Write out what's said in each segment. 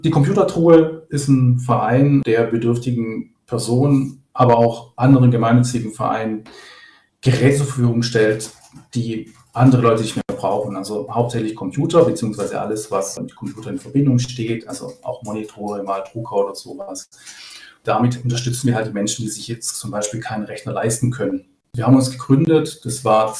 Die Computertruhe ist ein Verein, der bedürftigen Personen, aber auch anderen gemeinnützigen Vereinen Geräte zur Verfügung stellt, die andere Leute nicht mehr brauchen. Also hauptsächlich Computer, beziehungsweise alles, was mit Computer in Verbindung steht, also auch Monitore, mal Drucker oder sowas. Damit unterstützen wir halt die Menschen, die sich jetzt zum Beispiel keinen Rechner leisten können. Wir haben uns gegründet, das war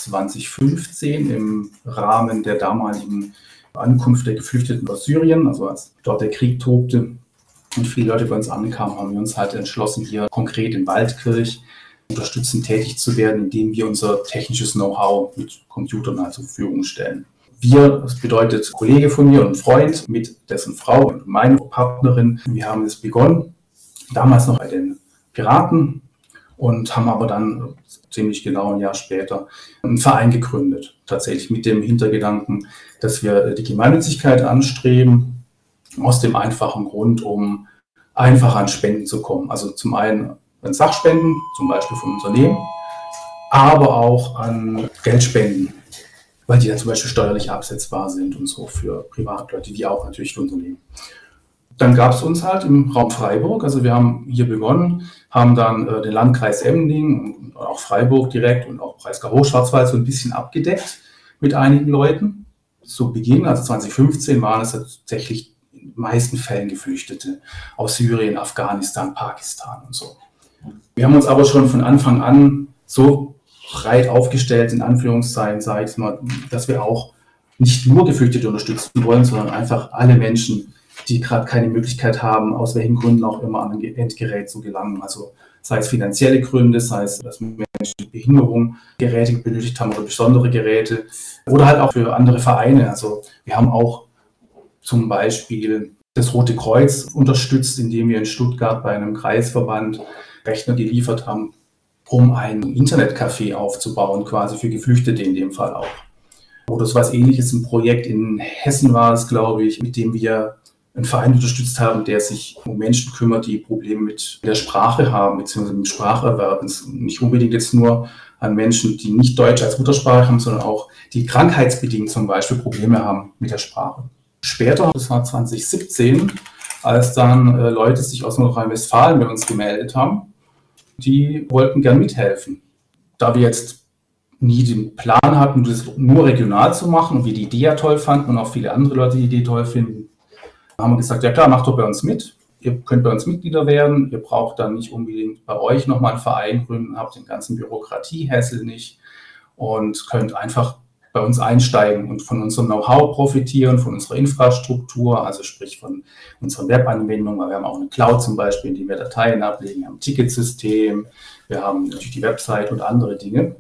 2015 im Rahmen der damaligen Ankunft der Geflüchteten aus Syrien, also als dort der Krieg tobte und viele Leute bei uns ankamen, haben wir uns halt entschlossen, hier konkret in Waldkirch unterstützend tätig zu werden, indem wir unser technisches Know-how mit Computern halt zur Verfügung stellen. Wir, das bedeutet Kollege von mir und Freund mit dessen Frau und meine Partnerin, wir haben es begonnen, damals noch bei den Piraten und haben aber dann ziemlich genau ein Jahr später einen Verein gegründet, tatsächlich mit dem Hintergedanken, dass wir die Gemeinnützigkeit anstreben, aus dem einfachen Grund, um einfach an Spenden zu kommen. Also zum einen an Sachspenden, zum Beispiel von Unternehmen, aber auch an Geldspenden, weil die dann zum Beispiel steuerlich absetzbar sind und so für Privatleute, wie auch natürlich für Unternehmen. Dann gab es uns halt im Raum Freiburg, also wir haben hier begonnen, haben dann den Landkreis Emmendingen und auch Freiburg direkt und auch Breisgau-Hochschwarzwald so ein bisschen abgedeckt mit einigen Leuten. Zu Beginn, also 2015, waren es tatsächlich in den meisten Fällen Geflüchtete aus Syrien, Afghanistan, Pakistan und so. Wir haben uns aber schon von Anfang an so breit aufgestellt, in Anführungszeichen, sage ich mal, dass wir auch nicht nur Geflüchtete unterstützen wollen, sondern einfach alle Menschen, die gerade keine Möglichkeit haben, aus welchen Gründen auch immer an ein Endgerät zu gelangen. Also sei es finanzielle Gründe, sei es, dass Menschen mit Behinderung Geräte benötigt haben oder besondere Geräte oder halt auch für andere Vereine. Also wir haben auch zum Beispiel das Rote Kreuz unterstützt, indem wir in Stuttgart bei einem Kreisverband Rechner geliefert haben, um ein Internetcafé aufzubauen, quasi für Geflüchtete in dem Fall auch. Oder so was Ähnliches, ein Projekt in Hessen war es, glaube ich, mit dem wir einen Verein unterstützt haben, der sich um Menschen kümmert, die Probleme mit der Sprache haben, beziehungsweise mit dem Spracherwerb. Nicht unbedingt jetzt nur an Menschen, die nicht Deutsch als Muttersprache haben, sondern auch die krankheitsbedingt zum Beispiel Probleme haben mit der Sprache. Später, das war 2017, als dann Leute sich aus Nordrhein-Westfalen bei uns gemeldet haben, die wollten gern mithelfen. Da wir jetzt nie den Plan hatten, das nur regional zu machen und wir die Idee ja toll fanden und auch viele andere Leute die Idee toll finden, haben wir gesagt, ja klar, macht doch bei uns mit. Ihr könnt bei uns Mitglieder werden. Ihr braucht dann nicht unbedingt bei euch nochmal einen Verein gründen, habt den ganzen Bürokratiehässel nicht und könnt einfach bei uns einsteigen und von unserem Know-how profitieren, von unserer Infrastruktur, also sprich von unseren Webanwendungen, weil wir haben auch eine Cloud zum Beispiel, in der wir Dateien ablegen, wir haben ein Ticketsystem, wir haben natürlich die Website und andere Dinge.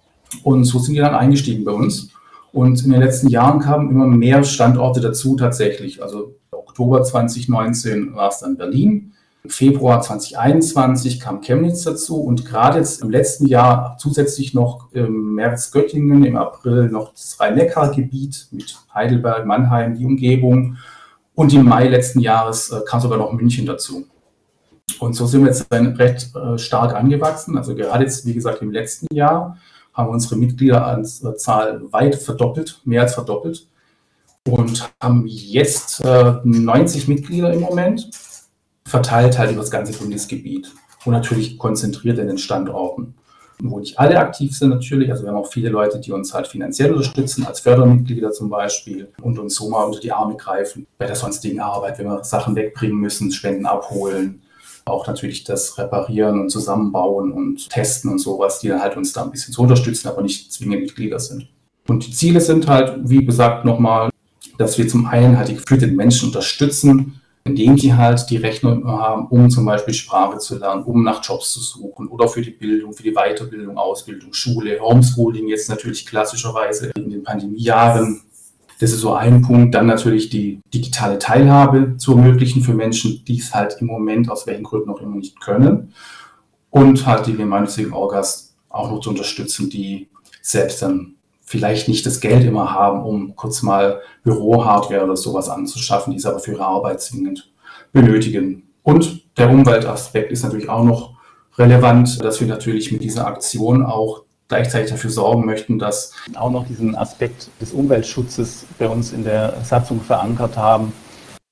Und so sind die dann eingestiegen bei uns. Und in den letzten Jahren kamen immer mehr Standorte dazu tatsächlich. Also Oktober 2019 war es dann Berlin. Im Februar 2021 kam Chemnitz dazu und gerade jetzt im letzten Jahr zusätzlich noch im März Göttingen, im April noch das Rhein-Neckar-Gebiet mit Heidelberg, Mannheim, die Umgebung und im Mai letzten Jahres kam sogar noch München dazu. Und so sind wir jetzt recht stark angewachsen. Also gerade jetzt, wie gesagt, im letzten Jahr haben wir unsere Mitgliederzahl weit verdoppelt, mehr als verdoppelt und haben jetzt 90 Mitglieder im Moment, verteilt halt über das ganze Bundesgebiet und natürlich konzentriert in den Standorten, wo nicht alle aktiv sind natürlich. Also wir haben auch viele Leute, die uns halt finanziell unterstützen, als Fördermitglieder zum Beispiel und uns so mal unter die Arme greifen bei der sonstigen Arbeit, wenn wir Sachen wegbringen müssen, Spenden abholen, auch natürlich das Reparieren und Zusammenbauen und Testen und sowas, die dann halt uns da ein bisschen zu unterstützen, aber nicht zwingend Mitglieder sind. Und die Ziele sind halt, wie gesagt, nochmal, dass wir zum einen halt die geflüchteten Menschen unterstützen, indem sie halt die Rechner haben, um zum Beispiel Sprache zu lernen, um nach Jobs zu suchen oder für die Bildung, für die Weiterbildung, Ausbildung, Schule, Homeschooling jetzt natürlich klassischerweise in den Pandemiejahren. Das ist so ein Punkt. Dann natürlich die digitale Teilhabe zu ermöglichen für Menschen, die es halt im Moment aus welchen Gründen auch immer nicht können. Und halt die gemeinnützigen Orgas auch noch zu unterstützen, die selbst dann vielleicht nicht das Geld immer haben, um kurz mal Bürohardware oder sowas anzuschaffen, die es aber für ihre Arbeit zwingend benötigen. Und der Umweltaspekt ist natürlich auch noch relevant, dass wir natürlich mit dieser Aktion auch gleichzeitig dafür sorgen möchten, dass auch noch diesen Aspekt des Umweltschutzes bei uns in der Satzung verankert haben.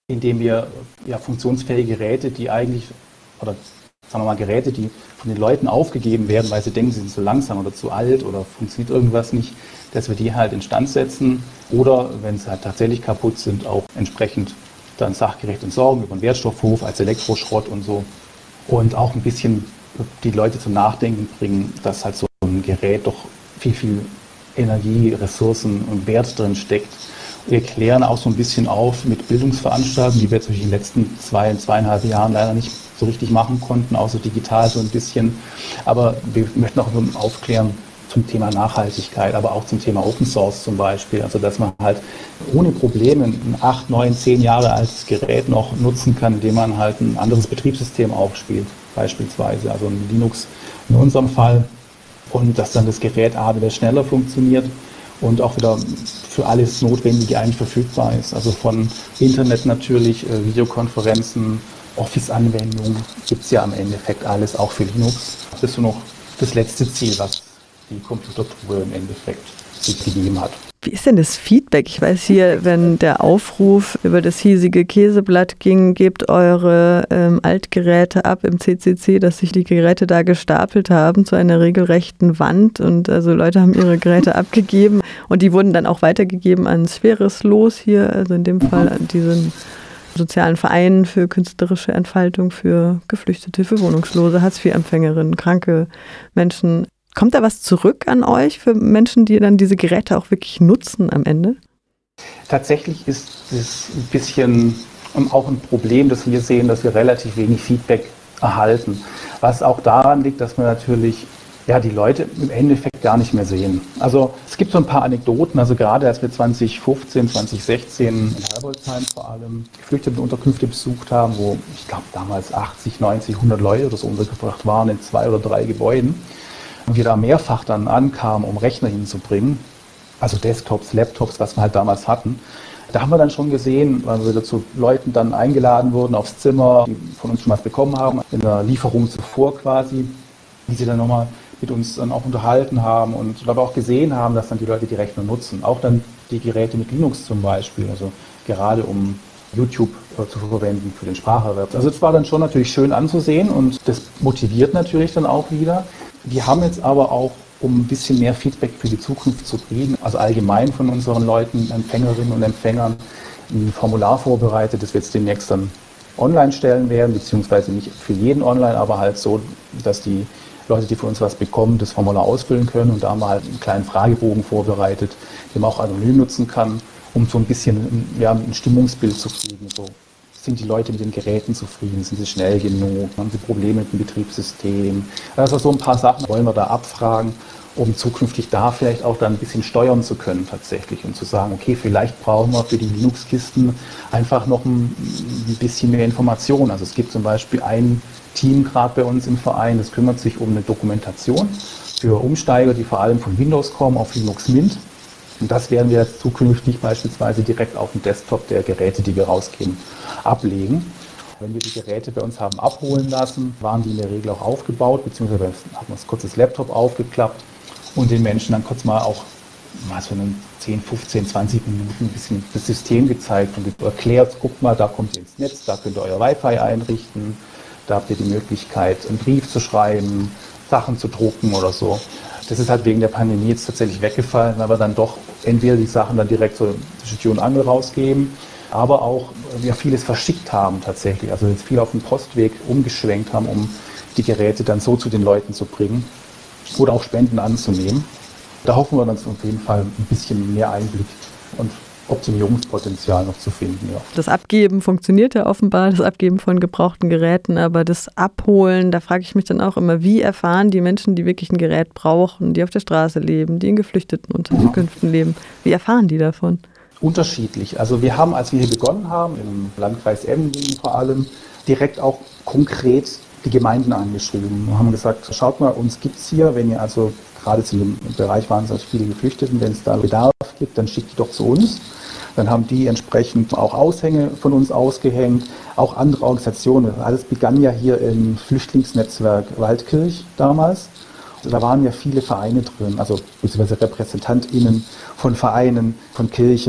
indem wir funktionsfähige Geräte, die eigentlich, oder sagen wir mal Geräte, die von den Leuten aufgegeben werden, weil sie denken, sie sind zu langsam oder zu alt oder funktioniert irgendwas nicht, dass wir die halt instand setzen oder, wenn sie halt tatsächlich kaputt sind, auch entsprechend dann sachgerecht entsorgen über einen Wertstoffhof als Elektroschrott und so. Und auch ein bisschen die Leute zum Nachdenken bringen, dass halt so ein Gerät doch viel Energie, Ressourcen und Wert drin steckt. Wir klären auch so ein bisschen auf mit Bildungsveranstaltungen, die wir jetzt durch die letzten 2,5 Jahren leider nicht so richtig machen konnten, außer digital so ein bisschen. Aber wir möchten auch aufklären zum Thema Nachhaltigkeit, aber auch zum Thema Open Source zum Beispiel. Also dass man halt ohne Probleme ein 8, 9, 10 Jahre altes Gerät noch nutzen kann, indem man halt ein anderes Betriebssystem aufspielt, beispielsweise. Also ein Linux in unserem Fall. Und dass dann das Gerät wieder schneller funktioniert und auch wieder für alles Notwendige eigentlich verfügbar ist. Also von Internet natürlich, Videokonferenzen, Office-Anwendungen, gibt es ja im Endeffekt alles, auch für Linux. Das ist so noch das letzte Ziel, was die Computertruhe im Endeffekt sich gegeben hat. Wie ist denn das Feedback? Ich weiß hier, wenn der Aufruf über das hiesige Käseblatt ging, gebt eure Altgeräte ab im CCC, dass sich die Geräte da gestapelt haben zu einer regelrechten Wand und also Leute haben ihre Geräte abgegeben und die wurden dann auch weitergegeben an Sphärislos hier, also in dem Fall an diesen sozialen Vereinen für künstlerische Entfaltung, für Geflüchtete, für Wohnungslose, Hartz-IV-Empfängerinnen, kranke Menschen. Kommt da was zurück an euch für Menschen, die dann diese Geräte auch wirklich nutzen am Ende? Tatsächlich ist es ein bisschen auch ein Problem, dass wir sehen, dass wir relativ wenig Feedback erhalten. Was auch daran liegt, dass wir natürlich die Leute im Endeffekt gar nicht mehr sehen. Also es gibt so ein paar Anekdoten, also gerade als wir 2015, 2016 in Herbolzheim vor allem Geflüchtetenunterkünfte besucht haben, wo ich glaube damals 80, 90, 100 Leute oder so untergebracht waren in 2 oder 3 Gebäuden. Und wir da mehrfach dann ankamen, um Rechner hinzubringen, also Desktops, Laptops, was wir halt damals hatten. Da haben wir dann schon gesehen, weil wir zu Leuten dann eingeladen wurden aufs Zimmer, die von uns schon was bekommen haben, in der Lieferung zuvor quasi, die sie dann nochmal mit uns dann auch unterhalten haben und aber auch gesehen haben, dass dann die Leute die Rechner nutzen. Auch dann die Geräte mit Linux zum Beispiel, also gerade um YouTube zu verwenden für den Spracherwerb. Also es war dann schon natürlich schön anzusehen und das motiviert natürlich dann auch wieder. Wir haben jetzt aber auch, um ein bisschen mehr Feedback für die Zukunft zu kriegen, also allgemein von unseren Leuten, Empfängerinnen und Empfängern, ein Formular vorbereitet, das wir jetzt demnächst dann online stellen werden, beziehungsweise nicht für jeden online, aber halt so, dass die Leute, die von uns was bekommen, das Formular ausfüllen können und da haben wir halt einen kleinen Fragebogen vorbereitet, den man auch anonym nutzen kann, um so ein bisschen ein Stimmungsbild zu kriegen. So, sind die Leute mit den Geräten zufrieden? Sind sie schnell genug? Haben sie Probleme mit dem Betriebssystem? Also so ein paar Sachen wollen wir da abfragen, um zukünftig da vielleicht auch dann ein bisschen steuern zu können tatsächlich und zu sagen, okay, vielleicht brauchen wir für die Linux-Kisten einfach noch ein bisschen mehr Informationen. Also es gibt zum Beispiel ein Team gerade bei uns im Verein, das kümmert sich um eine Dokumentation für Umsteiger, die vor allem von Windows kommen auf Linux Mint. Und das werden wir jetzt zukünftig beispielsweise direkt auf dem Desktop der Geräte, die wir rausgeben, ablegen. Wenn wir die Geräte bei uns haben abholen lassen, waren die in der Regel auch aufgebaut, beziehungsweise haben wir das kurzes Laptop aufgeklappt und den Menschen dann kurz mal auch mal so einen 10, 15, 20 Minuten ein bisschen das System gezeigt und erklärt, guckt mal, da kommt ihr ins Netz, da könnt ihr euer Wi-Fi einrichten, da habt ihr die Möglichkeit, einen Brief zu schreiben, Sachen zu drucken oder so. Das ist halt wegen der Pandemie jetzt tatsächlich weggefallen, weil wir dann doch entweder die Sachen dann direkt so zwischen Tür und Angel rausgeben, aber auch vieles verschickt haben tatsächlich. Also jetzt viel auf dem Postweg umgeschwenkt haben, um die Geräte dann so zu den Leuten zu bringen oder auch Spenden anzunehmen. Da hoffen wir dann auf jeden Fall ein bisschen mehr Einblick und Optimierungspotenzial noch zu finden. Ja. Das Abgeben funktioniert ja offenbar, das Abgeben von gebrauchten Geräten, aber das Abholen, da frage ich mich dann auch immer, wie erfahren die Menschen, die wirklich ein Gerät brauchen, die auf der Straße leben, die in geflüchteten Unterkünften leben, wie erfahren die davon? Unterschiedlich. Also wir haben, als wir hier begonnen haben, im Landkreis Emden vor allem, direkt auch konkret die Gemeinden angeschrieben und haben gesagt, schaut mal, uns gibt es hier, wenn ihr also gerade zu dem Bereich waren es viele Geflüchteten, wenn es da Bedarf gibt, dann schickt die doch zu uns. Dann haben die entsprechend auch Aushänge von uns ausgehängt, auch andere Organisationen. Alles begann ja hier im Flüchtlingsnetzwerk Waldkirch damals. Also da waren ja viele Vereine drin, also beziehungsweise RepräsentantInnen von Vereinen, von Kirchen,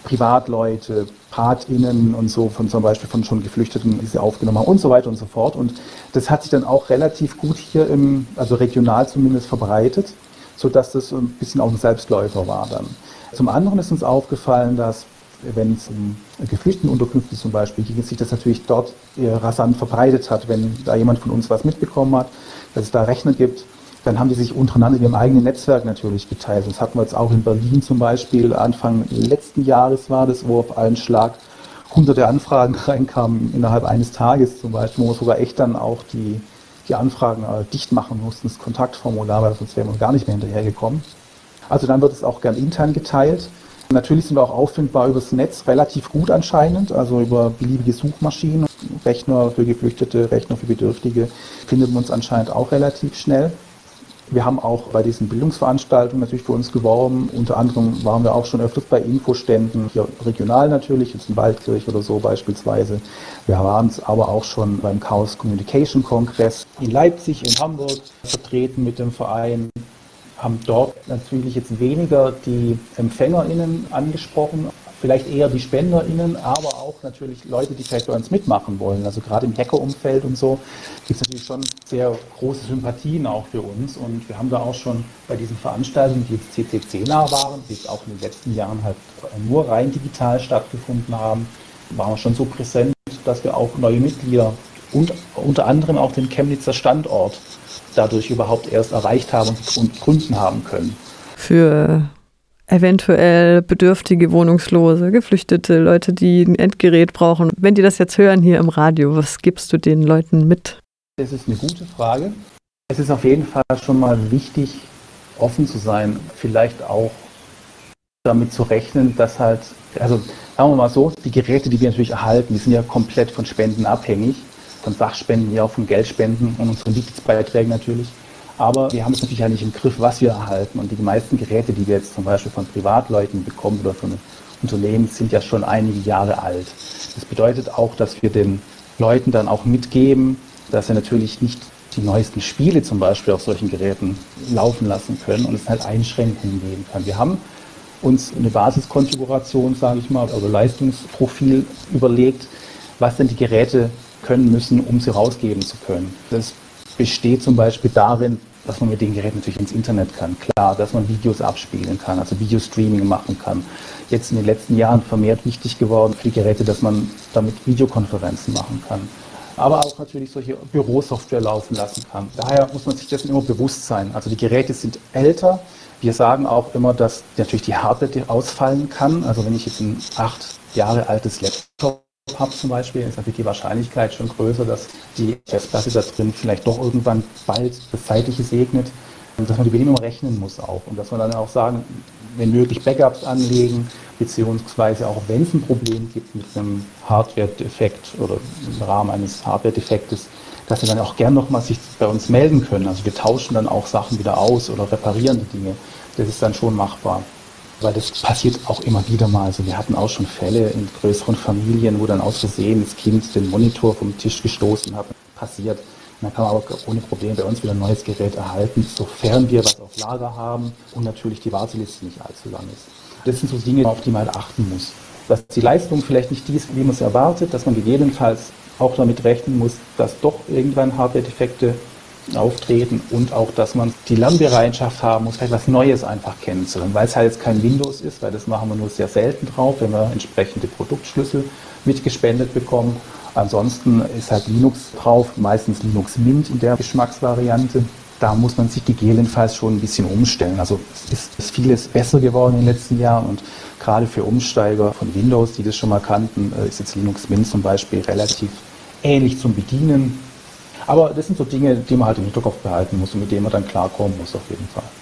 Privatleute, PatInnen und so, von zum Beispiel von schon Geflüchteten, die sie aufgenommen haben und so weiter und so fort. Und das hat sich dann auch relativ gut hier also regional zumindest verbreitet, sodass das ein bisschen auch ein Selbstläufer war dann. Zum anderen ist uns aufgefallen, dass wenn es um Geflüchtetenunterkünfte zum Beispiel ging, sich das natürlich dort rasant verbreitet hat. Wenn da jemand von uns was mitbekommen hat, dass es da Rechner gibt, dann haben die sich untereinander in ihrem eigenen Netzwerk natürlich geteilt. Das hatten wir jetzt auch in Berlin zum Beispiel. Anfang letzten Jahres war das, wo auf einen Schlag hunderte Anfragen reinkamen innerhalb eines Tages zum Beispiel, wo wir sogar echt dann auch die Anfragen dicht machen mussten, das Kontaktformular, weil sonst wären wir gar nicht mehr hinterhergekommen. Also dann wird es auch gern intern geteilt. Natürlich sind wir auch auffindbar übers Netz, relativ gut anscheinend, also über beliebige Suchmaschinen, Rechner für Geflüchtete, Rechner für Bedürftige, findet man uns anscheinend auch relativ schnell. Wir haben auch bei diesen Bildungsveranstaltungen natürlich für uns geworben. Unter anderem waren wir auch schon öfters bei Infoständen, hier regional natürlich, jetzt in Waldkirch oder so beispielsweise. Wir waren es aber auch schon beim Chaos Communication Kongress in Leipzig, in Hamburg vertreten mit dem Verein. Haben dort natürlich jetzt weniger die EmpfängerInnen angesprochen, vielleicht eher die SpenderInnen, aber auch natürlich Leute, die vielleicht bei uns mitmachen wollen. Also gerade im Hacker-Umfeld und so gibt es natürlich schon sehr große Sympathien auch für uns. Und wir haben da auch schon bei diesen Veranstaltungen, die jetzt CCC-nah waren, die jetzt auch in den letzten Jahren halt nur rein digital stattgefunden haben, waren wir schon so präsent, dass wir auch neue Mitglieder und unter anderem auch den Chemnitzer Standort dadurch überhaupt erst erreicht haben und gründen haben können. Für eventuell bedürftige, Wohnungslose, Geflüchtete, Leute, die ein Endgerät brauchen. Wenn die das jetzt hören hier im Radio, was gibst du den Leuten mit? Das ist eine gute Frage. Es ist auf jeden Fall schon mal wichtig, offen zu sein, vielleicht auch damit zu rechnen, dass halt, also sagen wir mal so, die Geräte, die wir natürlich erhalten, die sind ja komplett von Spenden abhängig, von Sachspenden, ja auch von Geldspenden und unseren Mitgliedsbeiträgen natürlich. Aber wir haben es natürlich ja nicht im Griff, was wir erhalten. Und die meisten Geräte, die wir jetzt zum Beispiel von Privatleuten bekommen oder von Unternehmen, sind ja schon einige Jahre alt. Das bedeutet auch, dass wir den Leuten dann auch mitgeben, dass sie natürlich nicht die neuesten Spiele zum Beispiel auf solchen Geräten laufen lassen können und es halt Einschränkungen geben kann. Wir haben uns eine Basiskonfiguration, sage ich mal, also Leistungsprofil überlegt, was denn die Geräte können müssen, um sie rausgeben zu können. Das besteht zum Beispiel darin, dass man mit den Geräten natürlich ins Internet kann. Klar, dass man Videos abspielen kann, also Videostreaming machen kann. Jetzt in den letzten Jahren vermehrt wichtig geworden für die Geräte, dass man damit Videokonferenzen machen kann. Aber auch natürlich solche Bürosoftware laufen lassen kann. Daher muss man sich dessen immer bewusst sein. Also die Geräte sind älter. Wir sagen auch immer, dass natürlich die Hardware ausfallen kann. Also wenn ich jetzt ein 8 Jahre altes Laptop habe zum Beispiel, ist natürlich die Wahrscheinlichkeit schon größer, dass die Festplatte da drin vielleicht doch irgendwann bald das Zeitliche segnet, und dass man mit dem immer rechnen muss auch und dass man dann auch sagen, wenn möglich Backups anlegen, beziehungsweise auch wenn es ein Problem gibt mit einem Hardware-Defekt oder im Rahmen eines Hardware-Defektes, dass sie dann auch gern nochmal sich bei uns melden können. Also wir tauschen dann auch Sachen wieder aus oder reparieren die Dinge. Das ist dann schon machbar. Weil das passiert auch immer wieder mal. Also wir hatten auch schon Fälle in größeren Familien, wo dann aus Versehen das Kind den Monitor vom Tisch gestoßen hat. Passiert. Und dann kann man aber ohne Probleme bei uns wieder ein neues Gerät erhalten, sofern wir was auf Lager haben und natürlich die Warteliste nicht allzu lang ist. Das sind so Dinge, auf die man halt achten muss. Dass die Leistung vielleicht nicht die ist, wie man es erwartet, dass man gegebenenfalls auch damit rechnen muss, dass doch irgendwann Hardware-Defekte auftreten und auch, dass man die Lernbereitschaft haben muss, vielleicht was Neues einfach kennenzulernen, weil es halt jetzt kein Windows ist, weil das machen wir nur sehr selten drauf, wenn wir entsprechende Produktschlüssel mitgespendet bekommen. Ansonsten ist halt Linux drauf, meistens Linux Mint in der Geschmacksvariante. Da muss man sich gegebenenfalls schon ein bisschen umstellen. Also es ist vieles besser geworden in den letzten Jahren und gerade für Umsteiger von Windows, die das schon mal kannten, ist jetzt Linux Mint zum Beispiel relativ ähnlich zum Bedienen. Aber das sind so Dinge, die man halt im Hinterkopf behalten muss und mit denen man dann klarkommen muss auf jeden Fall.